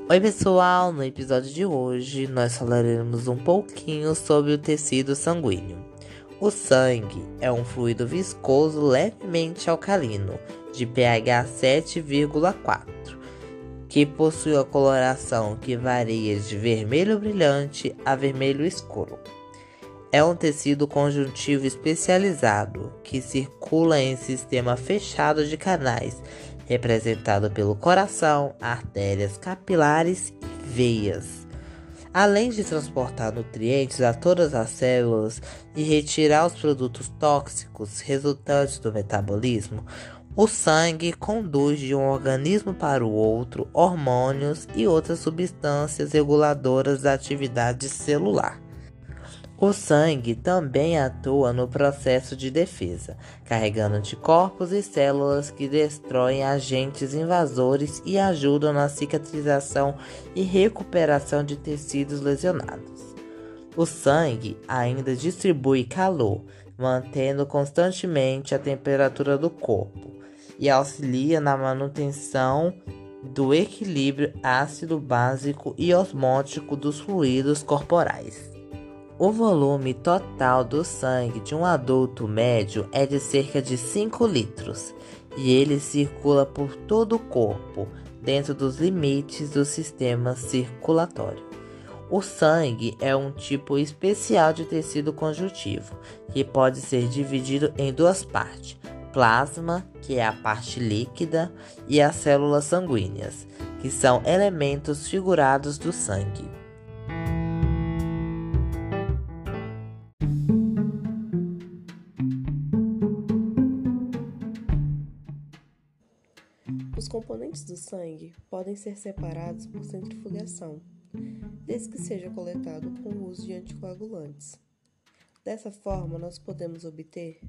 Oi pessoal, no episódio de hoje nós falaremos um pouquinho sobre o tecido sanguíneo. O sangue é um fluido viscoso levemente alcalino, de pH 7,4, que possui a coloração que varia de vermelho brilhante a vermelho escuro. É um tecido conjuntivo especializado que circula em sistema fechado de canais, representado pelo coração, artérias capilares e veias. Além de transportar nutrientes a todas as células e retirar os produtos tóxicos resultantes do metabolismo, o sangue conduz de um organismo para o outro hormônios e outras substâncias reguladoras da atividade celular. O sangue também atua no processo de defesa, carregando anticorpos e células que destroem agentes invasores e ajudam na cicatrização e recuperação de tecidos lesionados. O sangue ainda distribui calor, mantendo constantemente a temperatura do corpo e auxilia na manutenção do equilíbrio ácido básico e osmótico dos fluidos corporais. O volume total do sangue de um adulto médio é de cerca de 5 litros e ele circula por todo o corpo, dentro dos limites do sistema circulatório. O sangue é um tipo especial de tecido conjuntivo, que pode ser dividido em duas partes: plasma, que é a parte líquida, e as células sanguíneas, que são elementos figurados do sangue. Os componentes do sangue podem ser separados por centrifugação, desde que seja coletado com o uso de anticoagulantes. Dessa forma, nós podemos obter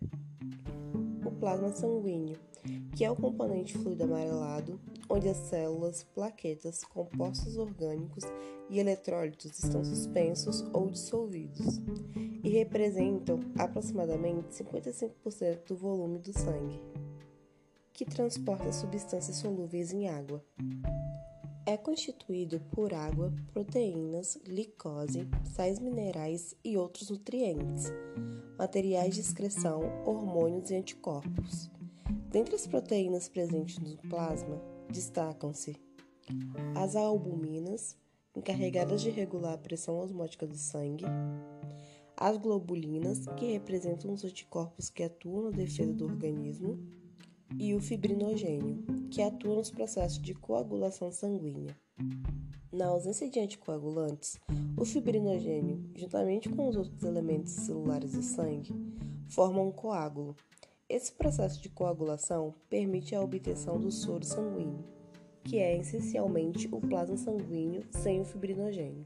o plasma sanguíneo, que é o componente fluido amarelado, onde as células, plaquetas, compostos orgânicos e eletrólitos estão suspensos ou dissolvidos e representam aproximadamente 55% do volume do sangue, que transporta substâncias solúveis em água. É constituído por água, proteínas, glicose, sais minerais e outros nutrientes, materiais de excreção, hormônios e anticorpos. Dentre as proteínas presentes no plasma, destacam-se as albuminas, encarregadas de regular a pressão osmótica do sangue, as globulinas, que representam os anticorpos que atuam na defesa do organismo, e o fibrinogênio, que atua nos processos de coagulação sanguínea. Na ausência de anticoagulantes, o fibrinogênio, juntamente com os outros elementos celulares do sangue, forma um coágulo. Esse processo de coagulação permite a obtenção do soro sanguíneo, que é essencialmente o plasma sanguíneo sem o fibrinogênio.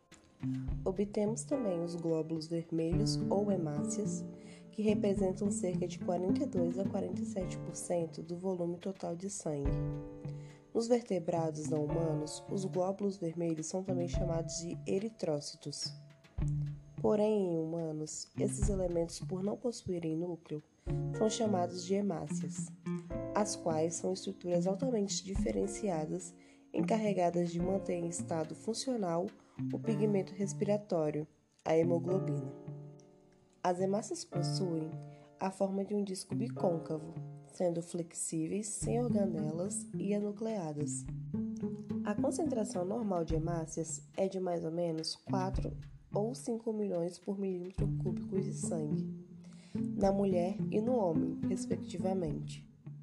Obtemos também os glóbulos vermelhos ou hemácias, que representam cerca de 42 a 47% do volume total de sangue. Nos vertebrados não humanos, os glóbulos vermelhos são também chamados de eritrócitos. Porém, em humanos, esses elementos, por não possuírem núcleo, são chamados de hemácias, as quais são estruturas altamente diferenciadas, encarregadas de manter em estado funcional o pigmento respiratório, a hemoglobina. As hemácias possuem a forma de um disco bicôncavo, sendo flexíveis, sem organelas e anucleadas. A concentração normal de hemácias é de mais ou menos 4 ou 5 milhões por milímetro cúbico de sangue, na mulher e no homem, respectivamente.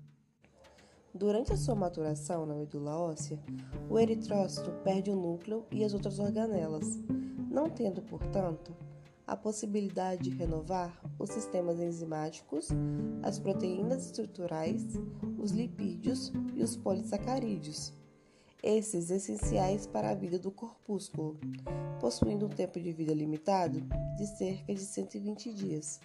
Durante a sua maturação na medula óssea, o eritrócito perde o núcleo e as outras organelas, não tendo, portanto, a possibilidade de renovar os sistemas enzimáticos, as proteínas estruturais, os lipídios e os polissacarídeos, esses essenciais para a vida do corpúsculo, possuindo um tempo de vida limitado de cerca de 120 dias.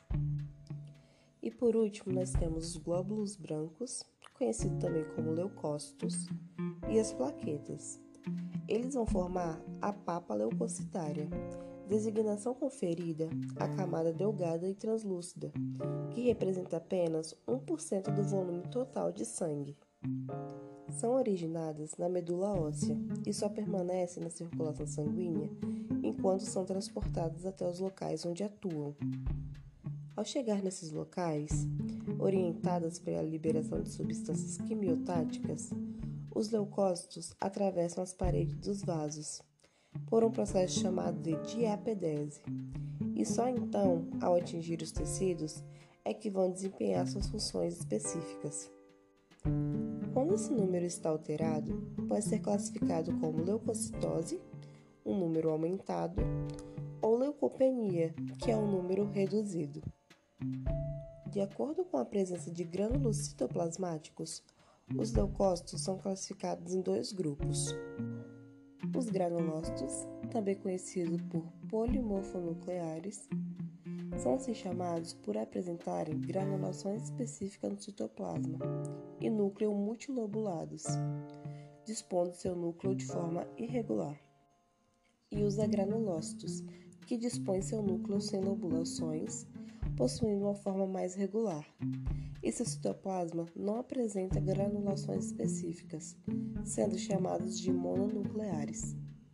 E por último, nós temos os glóbulos brancos, conhecido também como leucócitos, e as plaquetas. Eles vão formar a papa leucocitária, designação conferida à camada delgada e translúcida, que representa apenas 1% do volume total de sangue. São originadas na medula óssea e só permanecem na circulação sanguínea enquanto são transportadas até os locais onde atuam. Ao chegar nesses locais, orientadas pela liberação de substâncias quimiotáticas, os leucócitos atravessam as paredes dos vasos por um processo chamado de diapedese, e só então, ao atingir os tecidos, é que vão desempenhar suas funções específicas. Quando esse número está alterado, pode ser classificado como leucocitose, um número aumentado, ou leucopenia, que é um número reduzido. De acordo com a presença de grânulos citoplasmáticos, os leucócitos são classificados em dois grupos. Os granulócitos, também conhecidos por polimorfonucleares, são assim chamados por apresentarem granulações específicas no citoplasma e núcleo multilobulados, dispondo seu núcleo de forma irregular. E os agranulócitos, que dispõem seu núcleo sem lobulações, possuindo uma forma mais regular. E seu citoplasma não apresenta granulações específicas, sendo chamados de mononucleares.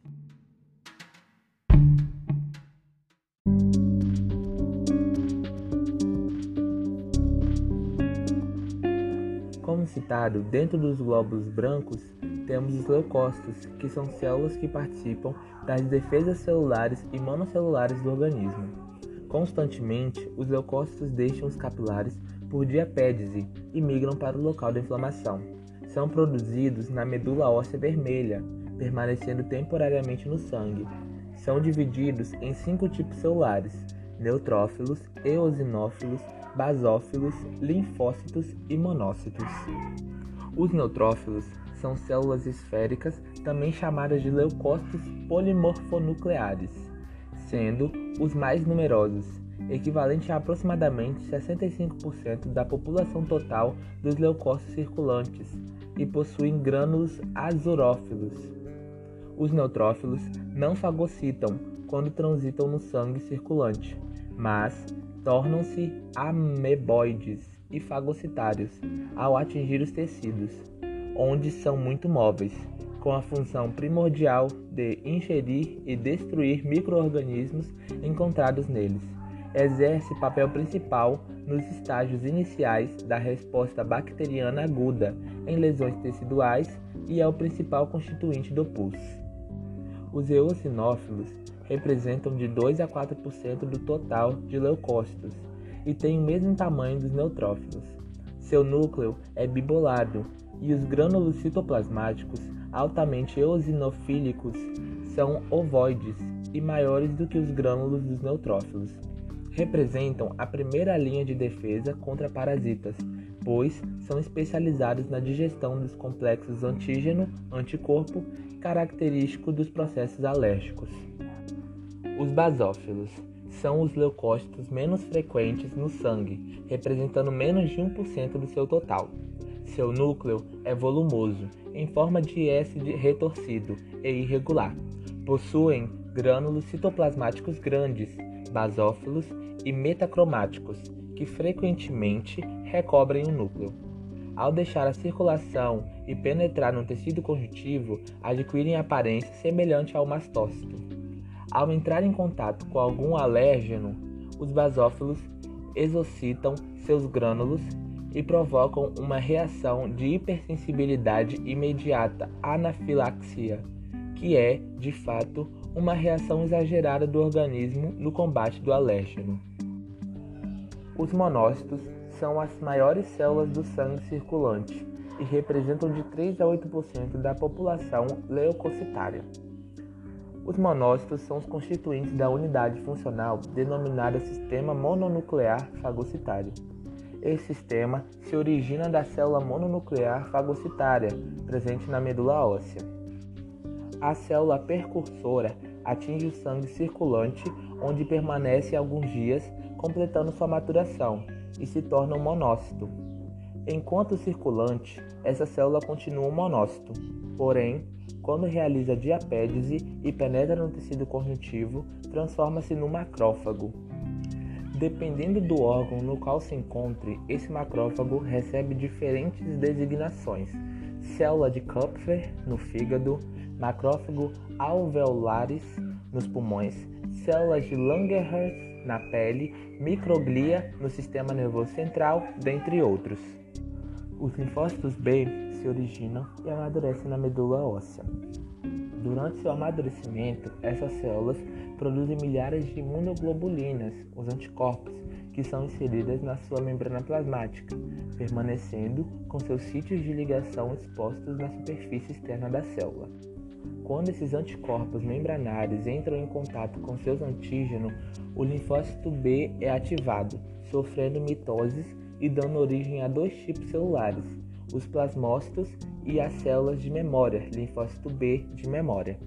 Como citado, dentro dos glóbulos brancos, temos os leucócitos, que são células que participam das defesas celulares e monocelulares do organismo. Constantemente, os leucócitos deixam os capilares por diapédese e migram para o local da inflamação. São produzidos na medula óssea vermelha, permanecendo temporariamente no sangue. São divididos em 5 tipos celulares: neutrófilos, eosinófilos, basófilos, linfócitos e monócitos. Os neutrófilos são células esféricas, também chamadas de leucócitos polimorfonucleares, sendo os mais numerosos, equivalente a aproximadamente 65% da população total dos leucócitos circulantes, e possuem grânulos azurófilos. Os neutrófilos não fagocitam quando transitam no sangue circulante, mas tornam-se ameboides e fagocitários ao atingir os tecidos, onde são muito móveis, com a função primordial de ingerir e destruir micro-organismos encontrados neles. Exerce papel principal nos estágios iniciais da resposta bacteriana aguda em lesões teciduais e é o principal constituinte do pus. Os eosinófilos representam de 2 a 4% do total de leucócitos e têm o mesmo tamanho dos neutrófilos. Seu núcleo é bibolado e os grânulos citoplasmáticos, altamente eosinofílicos, são ovoides e maiores do que os grânulos dos neutrófilos. Representam a primeira linha de defesa contra parasitas, pois são especializados na digestão dos complexos antígeno-anticorpo característico dos processos alérgicos. Os basófilos são os leucócitos menos frequentes no sangue, representando menos de 1% do seu total. Seu núcleo é volumoso, em forma de S retorcido e irregular. Possuem grânulos citoplasmáticos grandes, basófilos e metacromáticos, que frequentemente recobrem o núcleo. Ao deixar a circulação e penetrar no tecido conjuntivo, adquirem aparência semelhante ao mastócito. Ao entrar em contato com algum alérgeno, os basófilos exocitam seus grânulos e provocam uma reação de hipersensibilidade imediata, anafilaxia, que é, de fato, uma reação exagerada do organismo no combate do alérgeno. Os monócitos são as maiores células do sangue circulante e representam de 3 a 8% da população leucocitária. Os monócitos são os constituintes da unidade funcional denominada sistema mononuclear fagocitário. Esse sistema se origina da célula mononuclear fagocitária, presente na medula óssea. A célula precursora atinge o sangue circulante, onde permanece alguns dias, completando sua maturação, e se torna um monócito. Enquanto circulante, essa célula continua um monócito, porém, quando realiza diapédese e penetra no tecido conjuntivo, transforma-se num macrófago. Dependendo do órgão no qual se encontre, esse macrófago recebe diferentes designações: célula de Kupfer no fígado, macrófago alveolares nos pulmões, células de Langerhans na pele, microglia no sistema nervoso central, dentre outros. Os linfócitos B se originam e amadurecem na medula óssea. Durante seu amadurecimento, essas células produzem milhares de imunoglobulinas, os anticorpos, que são inseridas na sua membrana plasmática, permanecendo com seus sítios de ligação expostos na superfície externa da célula. Quando esses anticorpos membranários entram em contato com seus antígenos, o linfócito B é ativado, sofrendo mitoses e dando origem a dois tipos celulares, os plasmócitos e as células de memória, linfócito B de memória.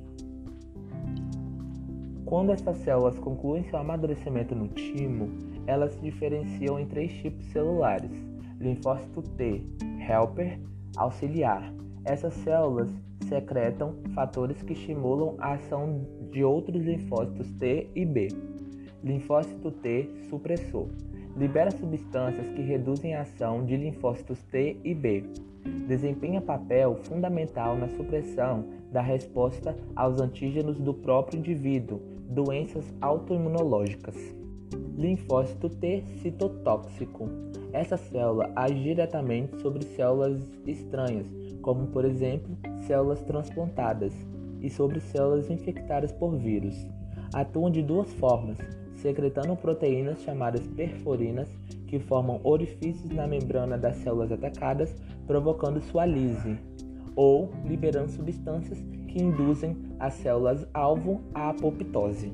Quando essas células concluem seu amadurecimento no timo, elas se diferenciam em três tipos celulares: linfócito T, helper, auxiliar. Essas células secretam fatores que estimulam a ação de outros linfócitos T e B. Linfócito T, supressor. Libera substâncias que reduzem a ação de linfócitos T e B. Desempenha papel fundamental na supressão da resposta aos antígenos do próprio indivíduo, doenças autoimunológicas. Linfócito T citotóxico. Essa célula age diretamente sobre células estranhas, como por exemplo, células transplantadas, e sobre células infectadas por vírus. Atuam de duas formas, secretando proteínas chamadas perforinas, que formam orifícios na membrana das células atacadas, provocando sua lise, ou liberando substâncias que induzem as células-alvo à apoptose.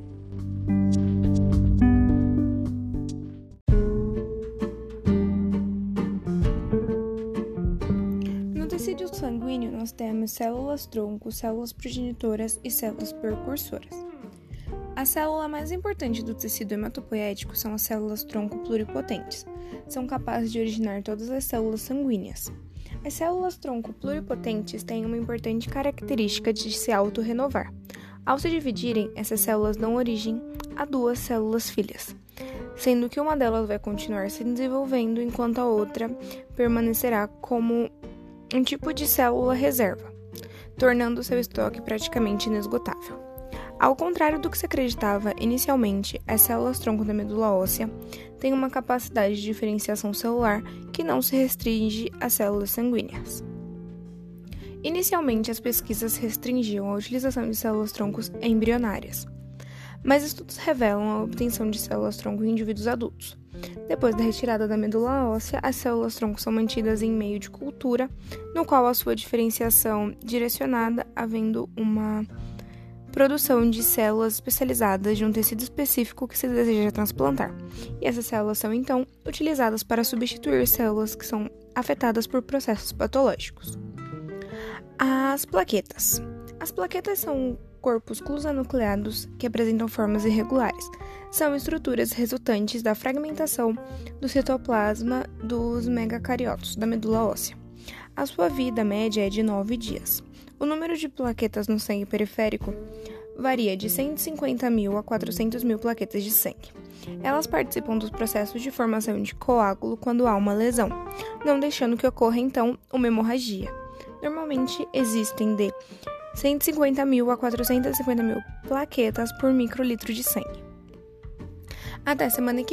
No tecido sanguíneo, nós temos células-tronco, células progenitoras e células precursoras. A célula mais importante do tecido hematopoético são as células-tronco pluripotentes. São capazes de originar todas as células sanguíneas. As células-tronco pluripotentes têm uma importante característica de se autorrenovar. Ao se dividirem, essas células dão origem a duas células filhas, sendo que uma delas vai continuar se desenvolvendo enquanto a outra permanecerá como um tipo de célula reserva, tornando seu estoque praticamente inesgotável. Ao contrário do que se acreditava inicialmente, as células-tronco da medula óssea têm uma capacidade de diferenciação celular que não se restringe às células sanguíneas. Inicialmente, as pesquisas restringiam a utilização de células-troncos embrionárias, mas estudos revelam a obtenção de células-tronco em indivíduos adultos. Depois da retirada da medula óssea, as células-tronco são mantidas em meio de cultura, no qual a sua diferenciação direcionada, havendo uma produção de células especializadas de um tecido específico que se deseja transplantar. E essas células são, então, utilizadas para substituir células que são afetadas por processos patológicos. As plaquetas. As plaquetas são corpúsculos anucleados que apresentam formas irregulares. São estruturas resultantes da fragmentação do citoplasma dos megacariotos da medula óssea. A sua vida média é de 9 dias. O número de plaquetas no sangue periférico varia de 150.000 a 400.000 plaquetas de sangue. Elas participam dos processos de formação de coágulo quando há uma lesão, não deixando que ocorra, então, uma hemorragia. Normalmente, existem de 150.000 a 450.000 plaquetas por microlitro de sangue. Até semana que